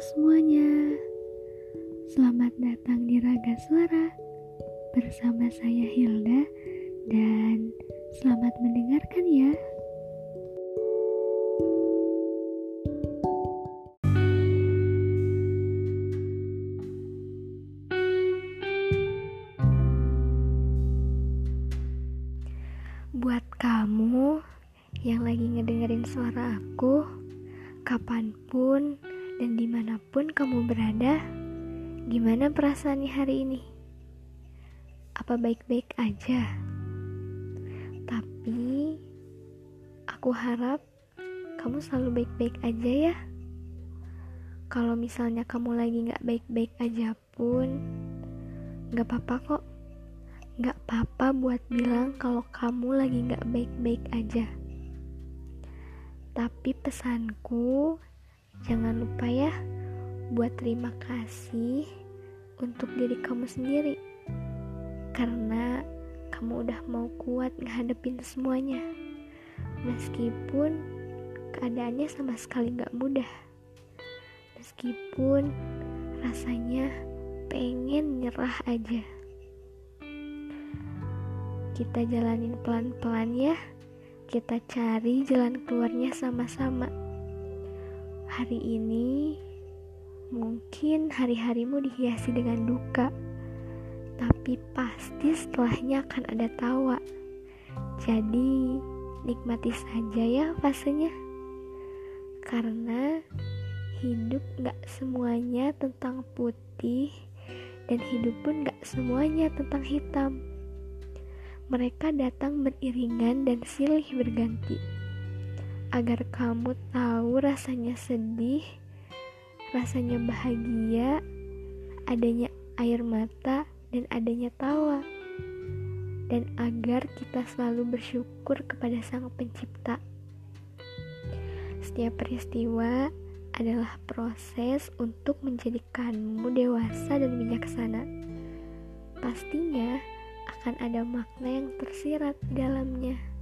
semuanya, selamat datang di Raga Suara bersama saya Hilda dan selamat mendengarkan ya. Buat kamu yang lagi ngedengerin suara aku, kapanpun dan dimanapun kamu berada, gimana perasaannya hari ini? Apa baik-baik aja? Tapi aku harap kamu selalu baik-baik aja ya. Kalau misalnya kamu lagi gak baik-baik aja pun, gak apa-apa kok. Gak apa-apa buat bilang kalau kamu lagi gak baik-baik aja. Tapi pesanku, jangan lupa ya buat terima kasih untuk diri kamu sendiri, karena kamu udah mau kuat ngadepin semuanya, meskipun keadaannya sama sekali gak mudah, meskipun rasanya pengen nyerah aja. Kita jalanin pelan-pelan ya, kita cari jalan keluarnya sama-sama. Hari ini mungkin hari-harimu dihiasi dengan duka, tapi pasti setelahnya akan ada tawa. Jadi nikmati saja ya fasenya, karena hidup gak semuanya tentang putih, dan hidup pun gak semuanya tentang hitam. Mereka datang beriringan dan silih berganti, agar kamu tahu rasanya sedih, rasanya bahagia, adanya air mata, dan adanya tawa, dan agar kita selalu bersyukur kepada Sang Pencipta. Setiap peristiwa adalah proses untuk menjadikanmu dewasa dan bijaksana. Pastinya akan ada makna yang tersirat di dalamnya.